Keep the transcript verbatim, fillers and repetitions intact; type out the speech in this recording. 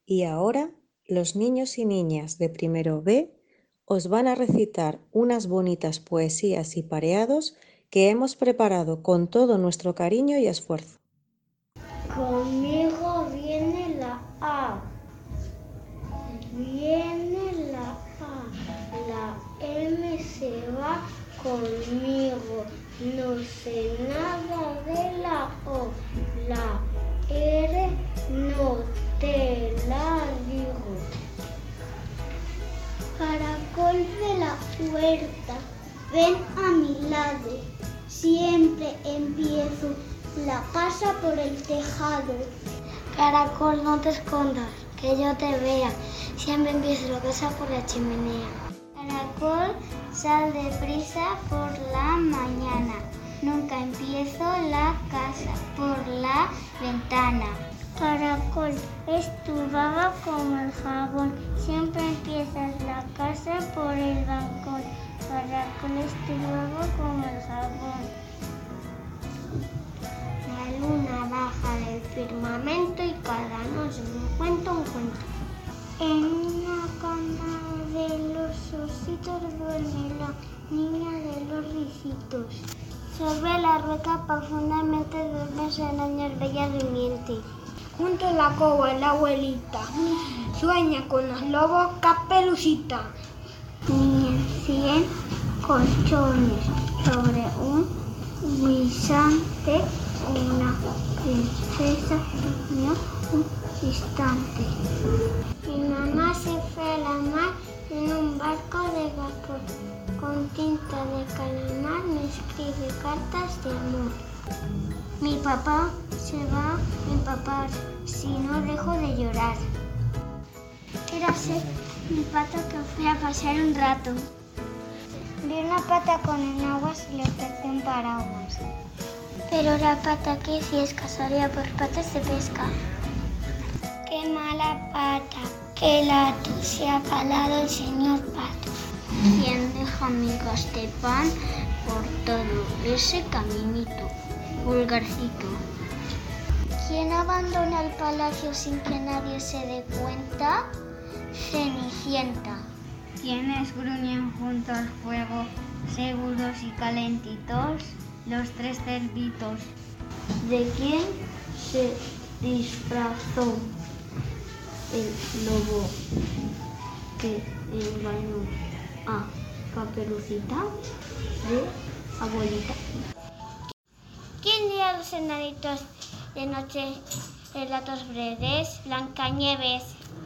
Y ahora los niños y niñas de primero B os van a recitar unas bonitas poesías y pareados que hemos preparado con todo nuestro cariño y esfuerzo. Conmigo viene la A, viene la A, la M se va conmigo, no sé nada de la O, la R no te la digo. Caracol de la puerta, ven a mi lado, siempre empiezo la casa por el tejado. Caracol, no te escondas, que yo te vea, siempre empiezo la casa por la chimenea. Caracol, sal deprisa por la mañana, nunca empiezo la casa por la ventana. Caracol, es tu vaga como el jabón, siempre empiezas la casa por el balcón. Caracol, es tu vaga como el jabón. La luna baja del firmamento y cada noche me cuenta un cuento. En una cama de los ositos duerme la niña de los ricitos. Sobre la rueca profundamente duerme Señor Bella Durmiente. Junto a la coba la abuelita sueña con los lobos Caperucita. Niña cien colchones sobre un guisante, una princesa durmió un instante. Mi mamá se fue a la mar en un barco de vapor, con tinta de calamar me escribe cartas de amor. Mi papá se va a empapar si no dejo de llorar. Érase mi pato que fui a pasear un rato. Vi una pata con enaguas y le presté un paraguas. Pero la pata que fiesca salía por patas de pesca. Qué mala pata, qué lato, se ha calado el señor pato. ¿Quién deja migas de pan por todo ese caminito? Vulgarcito. ¿Quién abandona el palacio sin que nadie se dé cuenta? Cenicienta. ¿Quiénes gruñen junto al fuego, seguros y calentitos? Los tres cerditos. ¿De quién se disfrazó el lobo que engañó a Caperucita? De abuelita. ¿Quién dio a los enanitos de noche relatos breves? Blancanieves.